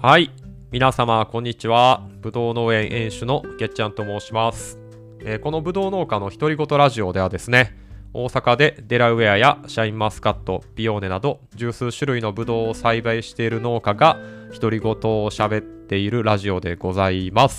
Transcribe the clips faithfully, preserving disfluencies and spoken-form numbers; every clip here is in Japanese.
はい、皆様こんにちは。ぶどう農園園主のげっちゃんと申します。えー、このぶどう農家の独り言ラジオではですね、大阪でデラウェアやシャインマスカット、ピオーネなど十数種類のぶどうを栽培している農家が独り言を喋っているラジオでございます。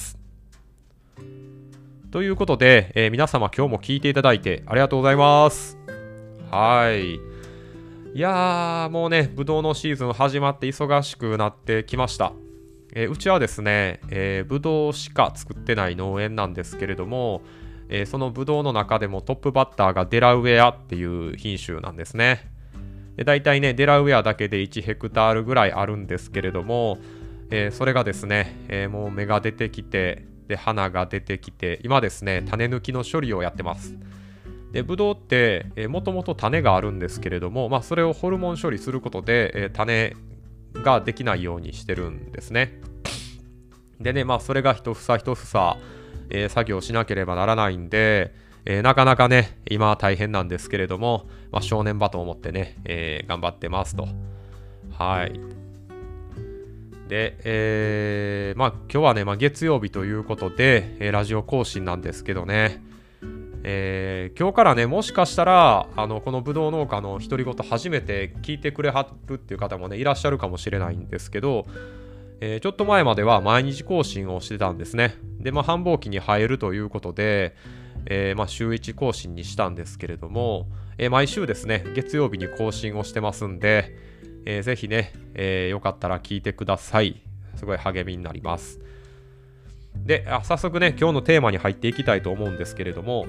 ということで、えー、皆様今日も聞いていただいてありがとうございます。はい。いやーもうね、ぶどうのシーズン始まって忙しくなってきました。えー、うちはですね、えー、ぶどうしか作ってない農園なんですけれども、えー、そのぶどうの中でもトップバッターがデラウェアっていう品種なんですね。でだいたいね、デラウェアだけでいちヘクタールぐらいあるんですけれども、えー、それがですね、えー、もう芽が出てきて、で花が出てきて、今ですね、種抜きの処理をやってます。でブドウってもともと種があるんですけれども、まあ、それをホルモン処理することで、えー、種ができないようにしてるんですね。でね、まあそれが一房一房、えー、作業しなければならないんで、えー、なかなかね今は大変なんですけれども、まあ、正念場と思ってね、えー、頑張ってますと。はい。で、えー、まあ今日はね、まあ、月曜日ということで、えー、ラジオ更新なんですけどね、えー、今日からね、もしかしたらあのこのぶどう農家の独り言初めて聞いてくれはるっていう方もねいらっしゃるかもしれないんですけど、えー、ちょっと前までは毎日更新をしてたんですね。でまあ繁忙期に入るということで、えー、まあ週いち更新にしたんですけれども、えー、毎週ですね月曜日に更新をしてますんで、えー、ぜひね、えー、よかったら聞いてください。すごい励みになります。であ早速ね今日のテーマに入っていきたいと思うんですけれども、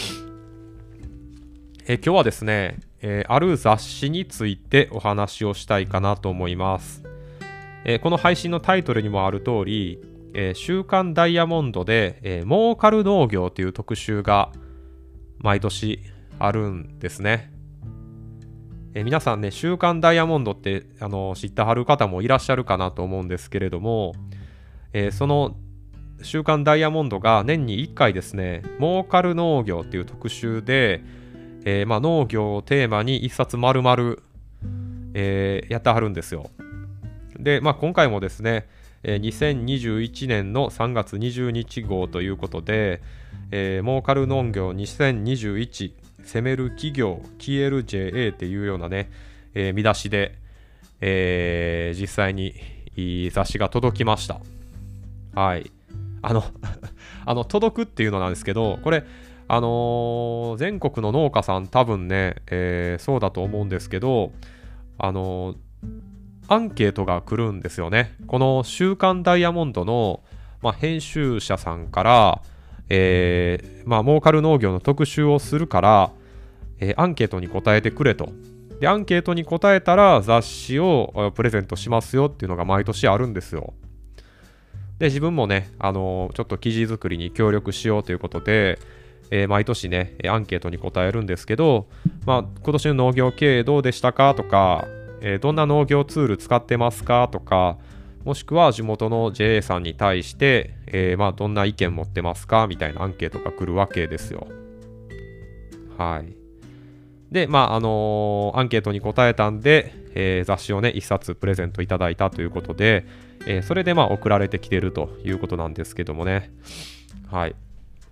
え今日はですね、えー、ある雑誌についてお話をしたいかなと思います。えー、この配信のタイトルにもある通り、えー、週刊ダイヤモンドで、えー、儲かる農業という特集が毎年あるんですね。えー、皆さんね、週刊ダイヤモンドってあの知ってはる方もいらっしゃるかなと思うんですけれども、えー、その週刊ダイヤモンドが年にいっかいですね、儲かる農業っていう特集で、えーまあ、農業をテーマに一冊丸々、えー、やってはるんですよ。で、まあ、今回もですね、えー、にせんにじゅういちねんのさんがつにじゅうにち号ということで、えー、儲かる農業にせんにじゅういち攻める企業消える ジェーエー っていうようなね、えー、見出しで、えー、実際に雑誌が届きました。はい。あのあの届くっていうのなんですけど、これあのー、全国の農家さん多分ね、えー、そうだと思うんですけど、あのー、アンケートが来るんですよね。この週刊ダイヤモンドの、まあ、編集者さんから、えーまあ、儲かる農業の特集をするから、えー、アンケートに答えてくれと。でアンケートに答えたら雑誌をプレゼントしますよっていうのが毎年あるんですよ。で自分もね、あのー、ちょっと記事作りに協力しようということで、えー、毎年ねアンケートに答えるんですけど、まあ、今年の農業経営どうでしたかとか、えー、どんな農業ツール使ってますかとか、もしくは地元の ジェーエー さんに対して、えーまあ、どんな意見持ってますかみたいなアンケートが来るわけですよ。はい。でまああのー、アンケートに答えたんで、えー、雑誌をね一冊プレゼントいただいたということで、えー、それでまあ送られてきてるということなんですけどもね。はい。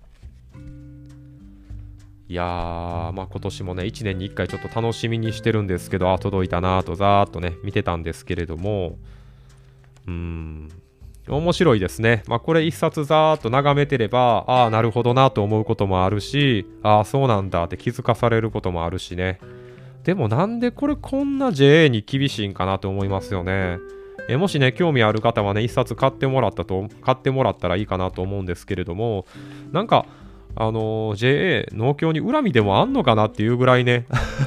いやー、まあ、今年もねいちねんにいっかいちょっと楽しみにしてるんですけど、あ届いたなとざーっとね見てたんですけれども、うーん面白いですね。まあ、これ一冊ざーっと眺めてれば、ああなるほどなと思うこともあるし、ああそうなんだって気づかされることもあるしね。でもなんでこれこんな ジェーエー に厳しいんかなと思いますよね。えもしね興味ある方はね一冊買ってもらったと買ってもらったらいいかなと思うんですけれども、なんかあのー、ジェーエー 農協に恨みでもあんのかなっていうぐらいね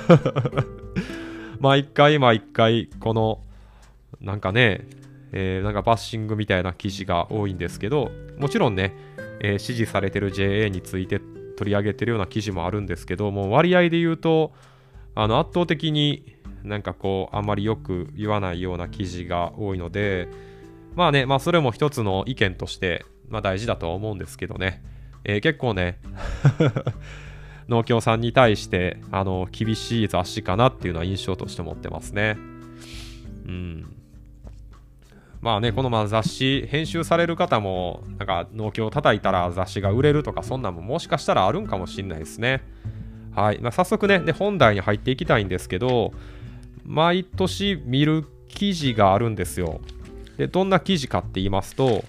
毎回毎回このなんかね、えー、なんかバッシングみたいな記事が多いんですけど、もちろんね、えー、支持されてる ジェーエー について取り上げてるような記事もあるんですけど、もう割合で言うとあの圧倒的になんかこうあんまりよく言わないような記事が多いので、まあね、まあそれも一つの意見として、まあ、大事だとは思うんですけどね、えー、結構ね農協さんに対してあの厳しい雑誌かなっていうのは印象として持ってますね。うんまあね、このまあ雑誌編集される方もなんか農協を叩いたら雑誌が売れるとかそんなんももしかしたらあるんかもしれないですね。はい、まあ、早速ねで本題に入っていきたいんですけど、毎年見る記事があるんですよ。でどんな記事かって言いますと、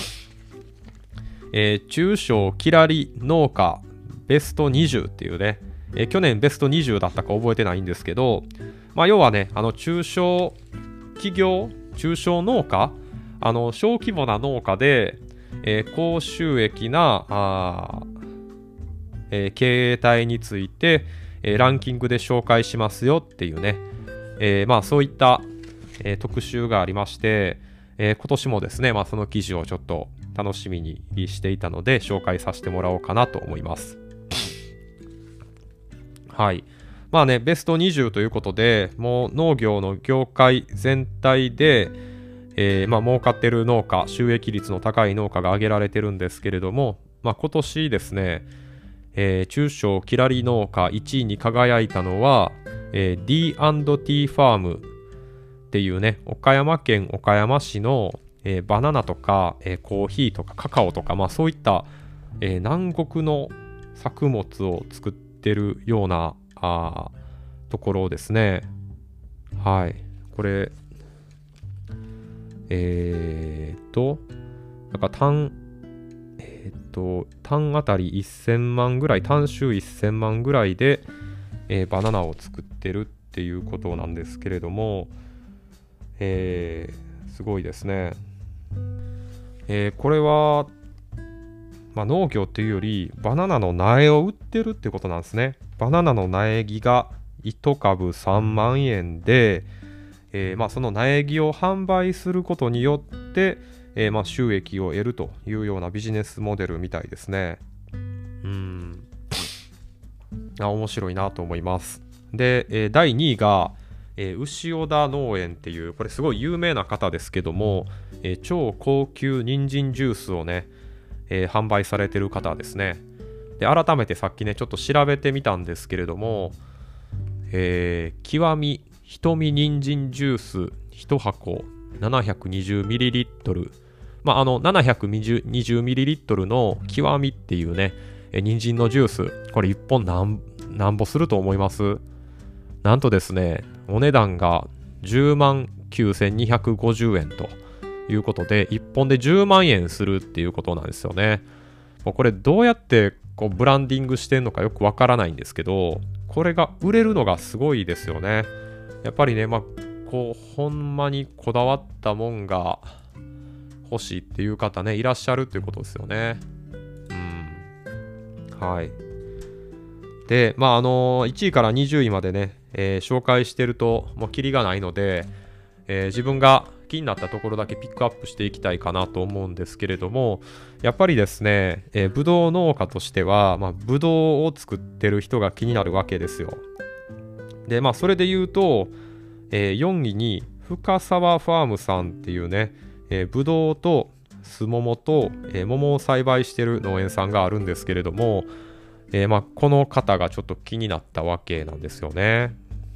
えー、中小キラリ農家ベストにじゅうっていうね、えー、去年ベストにじゅうだったか覚えてないんですけど、まあ、要はねあの中小企業中小農家、あの小規模な農家で、えー、高収益なあ、えー、経営体について、えー、ランキングで紹介しますよっていうね、えー、まあそういった、えー、特集がありまして、えー、今年もですね、まあ、その記事をちょっと楽しみにしていたので紹介させてもらおうかなと思います。はい。まあね、ベストにじゅうということで、もう農業の業界全体で、えー、まあ儲かってる農家、収益率の高い農家が挙げられてるんですけれども、まあ今年ですね、えー、中小キラリ農家いちいに輝いたのは、えー、ディーアンドティー ファームっていうね、岡山県岡山市の、えー、バナナとか、えー、コーヒーとかカカオとか、まあそういった、えー、南国の作物を作ってるようなあところですね。はい。これ、えー、っと、なんか単、えー、っと、単あたりせんまんぐらい、単収せんまんぐらいで、えー、バナナを作ってるっていうことなんですけれども、えー、すごいですね。えー、これは、まあ、農業っていうよりバナナの苗を売ってるってことなんですね。バナナの苗木がいちかぶさんまんえんで、えーまあ、その苗木を販売することによって、えーまあ、収益を得るというようなビジネスモデルみたいですね。うーんあ面白いなと思います。で、えーだいにいが、えー牛尾田農園っていうこれすごい有名な方ですけども、えー超高級人参ジュースをねえー、販売されてる方ですね。で改めてさっきねちょっと調べてみたんですけれども、えー、極み瞳人参ジュースいちはこ ななひゃくにじゅうミリリットル、まああの ななひゃくにじゅうミリリットル の極みっていうね、えー、人参のジュース、これいっぽんなんなんぼすると思います？なんとですねお値段がじゅうまんきゅうせんにひゃくごじゅうえんということでいっぽんでじゅうまんえんするっていうことなんですよね。もうこれどうやってこうブランディングしてんのかよくわからないんですけど、これが売れるのがすごいですよね。やっぱりね、まあこうほんまにこだわったもんが欲しいっていう方ねいらっしゃるっていうことですよね。うんはい。でまああのいちいからにじゅういまでね、えー紹介してるともうキリがないので、えー自分が気になったところだけピックアップしていきたいかなと思うんですけれども、やっぱりですね、えー、ブドウ農家としては、まあ、ブドウを作ってる人が気になるわけですよ。でまあそれで言うと、えー、よんいに深沢ファームさんっていうね、えー、ブドウとスモモと、えー、桃を栽培してる農園さんがあるんですけれども、えーまあ、この方がちょっと気になったわけなんですよね。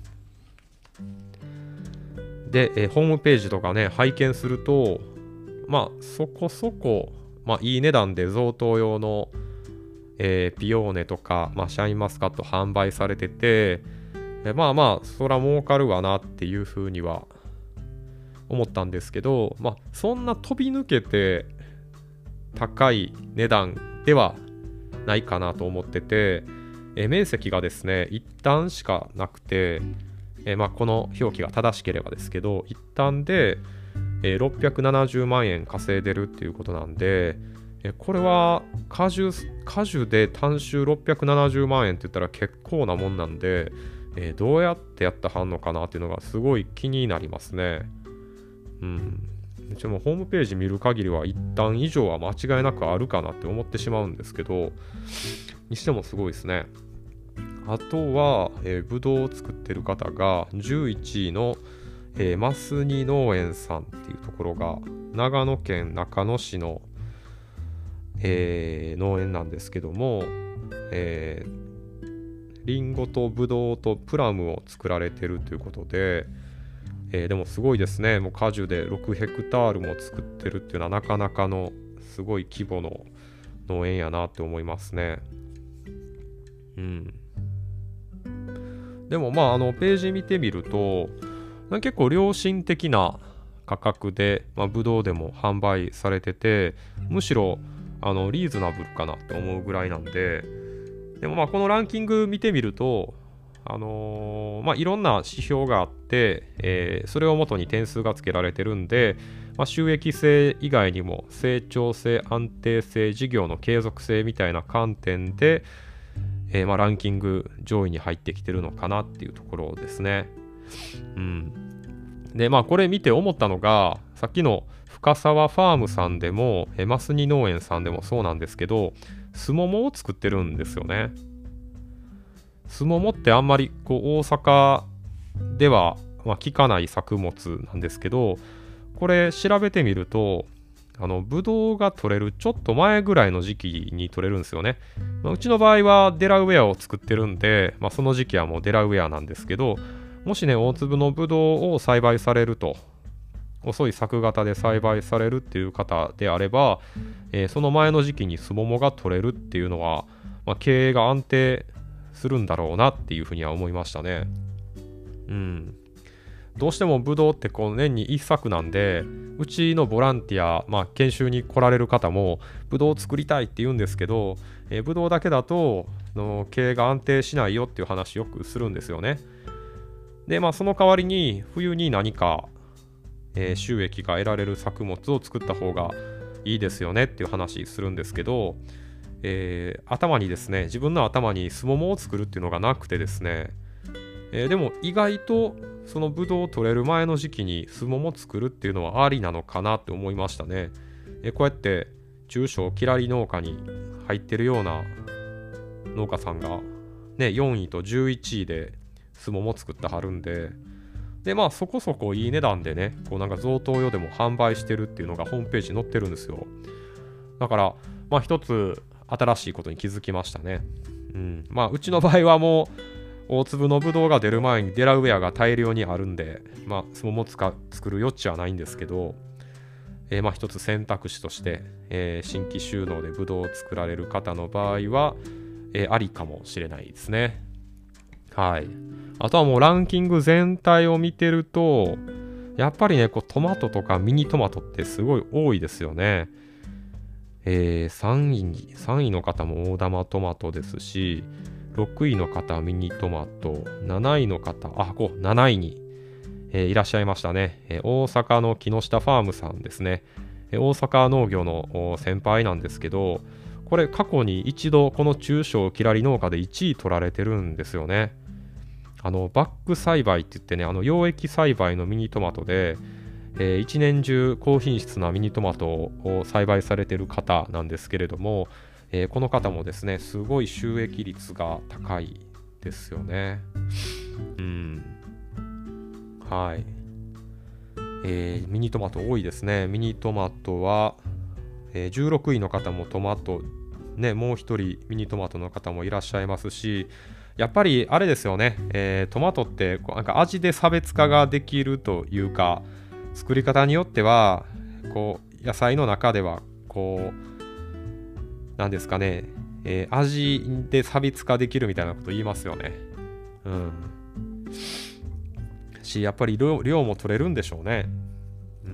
で、えーホームページとかね拝見すると、まあそこそこ、まあ、いい値段で贈答用の、えーピオーネとか、まあ、シャインマスカット販売されてて、えーまあまあそら儲かるわなっていうふうには思ったんですけど、まあそんな飛び抜けて高い値段ではないかなと思ってて、えー面積がですね一旦しかなくて、えーまあ、この表記が正しければですけど一旦で、えーろっぴゃくななじゅうまんえん稼いでるっていうことなんで、えーこれは果樹果樹で単収ろっぴゃくななじゅうまんえんって言ったら結構なもんなんで、えーどうやってやったはんのかなっていうのがすごい気になりますね。うんでもホームページ見る限りは一旦以上は間違いなくあるかなって思ってしまうんですけど、にしてもすごいですね。あとは、えー、ブドウを作ってる方がじゅういちいの、えー、マスニ農園さんっていうところが長野県中野市の、えー農園なんですけども、えーリンゴとブドウとプラムを作られてるということで、 えー、でもすごいですね。もう果樹でろくヘクタールも作ってるっていうのはなかなかのすごい規模の農園やなって思いますね。うん。でもまああのページ見てみると結構良心的な価格で、まあ、ブドウでも販売されてて、むしろあのリーズナブルかなと思うぐらいなんで、でもまあこのランキング見てみると、あのーまあ、いろんな指標があって、えーそれをもとに点数がつけられてるんで、まあ、収益性以外にも成長性、安定性、事業の継続性みたいな観点で、えーまあ、ランキング上位に入ってきてるのかなっていうところですね。うん。で、まあこれ見て思ったのが、さっきの深沢ファームさんでも、えマスニ農園さんでもそうなんですけど、スモモを作ってるんですよね。スモモってあんまりこう大阪では、まあ、聞かない作物なんですけど、これ調べてみると、あのブドウが取れるちょっと前ぐらいの時期に取れるんですよね。まあ、うちの場合はデラウェアを作ってるんで、まあ、その時期はもうデラウェアなんですけど、もしね大粒のブドウを栽培されると、遅い作型で栽培されるっていう方であれば、えーその前の時期にスモモが取れるっていうのは、まあ、経営が安定するんだろうなっていうふうには思いましたね。うん。どうしてもブドウってこう年にいっさくなんで、うちのボランティア、まあ、研修に来られる方もブドウを作りたいって言うんですけど、えー、ブドウだけだとの経営が安定しないよっていう話よくするんですよね。で、まあその代わりに冬に何か、えー収益が得られる作物を作った方がいいですよねっていう話するんですけど、えー頭にですね、自分の頭にスモモを作るっていうのがなくてですね、えーでも意外とそのブドウを取れる前の時期にスモモ作るっていうのはありなのかなって思いましたね。えーこうやって中小キラリ農家に入ってるような農家さんが、ね、よんいとじゅういちいでスモモ作ってはるんで、でまあそこそこいい値段でね、こうなんか贈答用でも販売してるっていうのがホームページに載ってるんですよ。だからまあ一つ新しいことに気づきましたね。うん、まあうちの場合はもう大粒のブドウが出る前にデラウェアが大量にあるんで、まあスモモつか作る余地はないんですけど、えーまあ一つ選択肢として、えー新規収納でブドウを作られる方の場合は、えーありかもしれないですね。はい。あとはもうランキング全体を見てると、やっぱりね、こうトマトとかミニトマトってすごい多いですよね。えー、さんいに、さんいの方も大玉トマトですし、ろくいの方はミニトマト、なないの方、あ、こう、なないに、えーいらっしゃいましたね。えー大阪の木下ファームさんですね。えー大阪農業のお先輩なんですけど、これ過去に一度この中小キラリ農家でいちい取られてるんですよね。あのバック栽培って言ってね、あの溶液栽培のミニトマトで、えー一年中高品質なミニトマトを栽培されてる方なんですけれども、えーこの方もですね、すごい収益率が高いですよね。うん。はい。えーミニトマト多いですね。ミニトマトは、えーじゅうろくいの方もトマト、ね、もう一人ミニトマトの方もいらっしゃいますし、やっぱりあれですよね、えートマトってこうなんか味で差別化ができるというか、作り方によってはこう野菜の中ではこうなんですかね、えー味で差別化できるみたいなこと言いますよね。うん。し、やっぱり量、量も取れるんでしょうね。うん。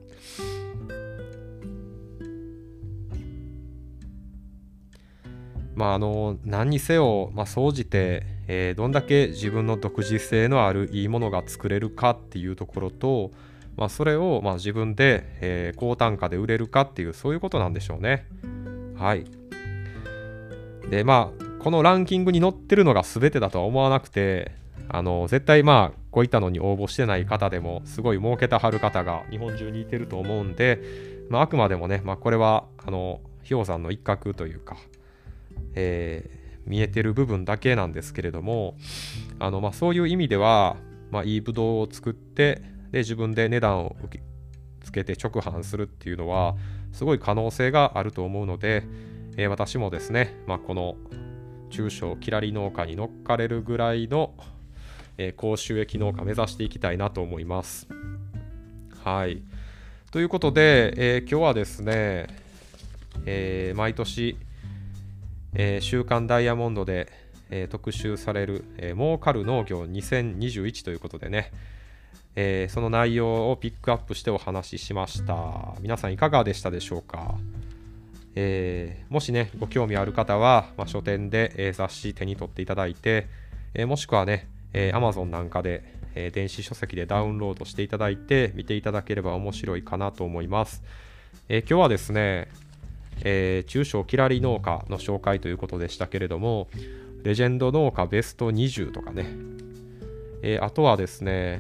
まああの何にせよ、まあ、総じて、えーどんだけ自分の独自性のあるいいものが作れるかっていうところと、まあ、それをまあ自分で、えー高単価で売れるかっていう、そういうことなんでしょうね。はい。でまあこのランキングに載ってるのが全てだとは思わなくて、あの絶対まあこういったのに応募してない方でもすごい儲けたはる方が日本中にいてると思うんで、まあ、あくまでもね、まあ、これはあの氷山の一角というか、えー見えてる部分だけなんですけれども、あの、まあ、そういう意味では、まあ、いいブドウを作ってで自分で値段を受けつけて直販するっていうのはすごい可能性があると思うので、えー私もですね、まあ、この中小キラリ農家に乗っかれるぐらいの、 えー、高収益農家目指していきたいなと思います。はい。ということで、えー、今日はですね、えー、毎年、えー、週刊ダイヤモンドで、えー、特集される、えー、儲かる農業にせんにじゅういちということでね、えー、その内容をピックアップしてお話ししました。皆さんいかがでしたでしょうか。えー、もしねご興味ある方は、まあ、書店で、えー、雑誌手に取っていただいて、えー、もしくはね、えー、Amazon なんかで、えー、電子書籍でダウンロードしていただいて見ていただければ面白いかなと思います。えー、今日はですね、えー、中小キラリ農家の紹介ということでしたけれども、レジェンド農家ベストにじゅうとかね、えー、あとはですね、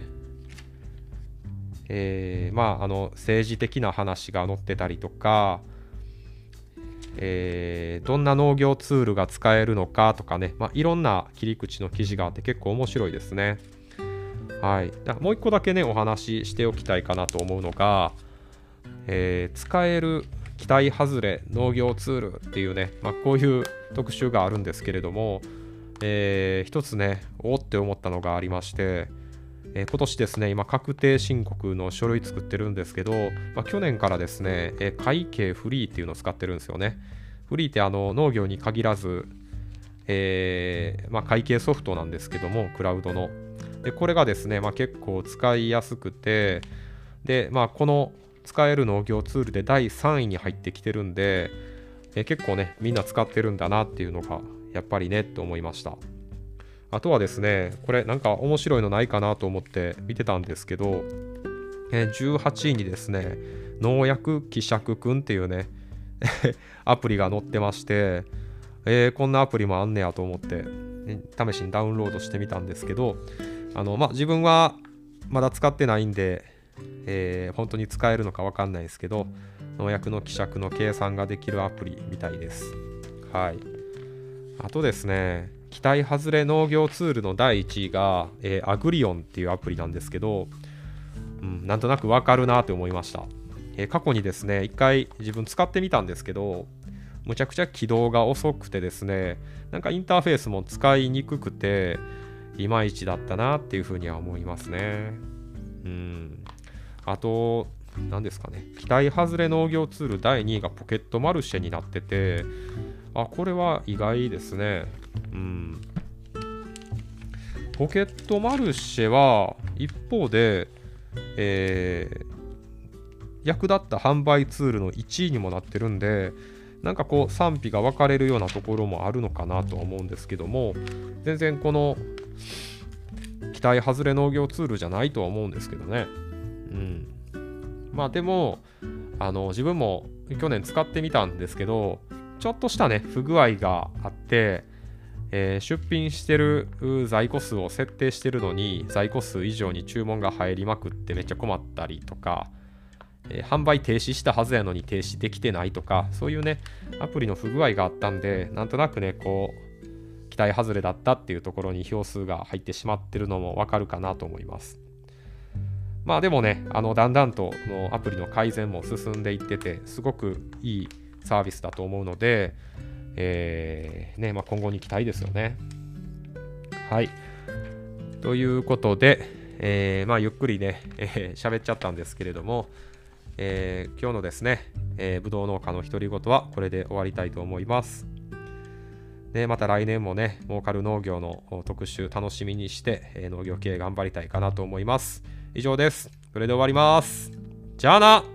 えー、まああの政治的な話が載ってたりとか、えー、どんな農業ツールが使えるのかとかね、まあ、いろんな切り口の記事があって結構面白いですね。はい、もう一個だけねお話ししておきたいかなと思うのが、えー、使える期待外れ農業ツールっていうね、まあ、こういう特集があるんですけれども、えー、一つねおって思ったのがありまして、えー、今年ですね今確定申告の書類作ってるんですけど、まあ、去年からですね、えー、会計フリーっていうのを使ってるんですよね。フリーってあの農業に限らず、えーまあ、会計ソフトなんですけども、クラウドのでこれがですね、まあ、結構使いやすくて、で、まあ、この使える農業ツールでだいさんいに入ってきてるんで、えー、結構ねみんな使ってるんだなっていうのがやっぱりねと思いました。あとはですね、これなんか面白いのないかなと思って見てたんですけど、えー、じゅうはちいにですね、農薬希釈くんっていうねアプリが載ってまして、えー、こんなアプリもあんねやと思って、ね、試しにダウンロードしてみたんですけど、あの、まあ、自分はまだ使ってないんで、えー、本当に使えるのか分かんないですけど、農薬の希釈の計算ができるアプリみたいです。はい。あとですね、期待外れ農業ツールのだいいちいが、えー、アグリオンっていうアプリなんですけど、うん、なんとなく分かるなと思いました。えー、過去にですね、一回自分使ってみたんですけど、むちゃくちゃ起動が遅くてですね、なんかインターフェースも使いにくくて、いまいちだったなっていうふうには思いますね。うん。あと、何ですかね、期待外れ農業ツールだいにいがポケットマルシェになってて、あ、これは意外ですね。うん。ポケットマルシェは一方で、えー、役立った販売ツールのいちいにもなってるんで、なんかこう賛否が分かれるようなところもあるのかなとは思うんですけども、全然この期待外れ農業ツールじゃないとは思うんですけどね。うん。まあでも、あの自分も去年使ってみたんですけど、ちょっとしたね不具合があって、えー、出品してる在庫数を設定してるのに在庫数以上に注文が入りまくってめっちゃ困ったりとか、えー、販売停止したはずやのに停止できてないとか、そういうねアプリの不具合があったんで、なんとなくねこう期待外れだったっていうところに票数が入ってしまってるのもわかるかなと思います。まあでもね、あのだんだんとのアプリの改善も進んでいってて、すごくいいサービスだと思うので、えーねまあ、今後に期待ですよね。はい。ということで、えーまあ、ゆっくりね、えー、喋っちゃったんですけれども、えー、今日のですね、えー、ぶどう農家の独り言はこれで終わりたいと思います。でまた来年もね、儲かる農業の特集楽しみにして、えー、農業系頑張りたいかなと思います。以上です。それで終わります。じゃあな。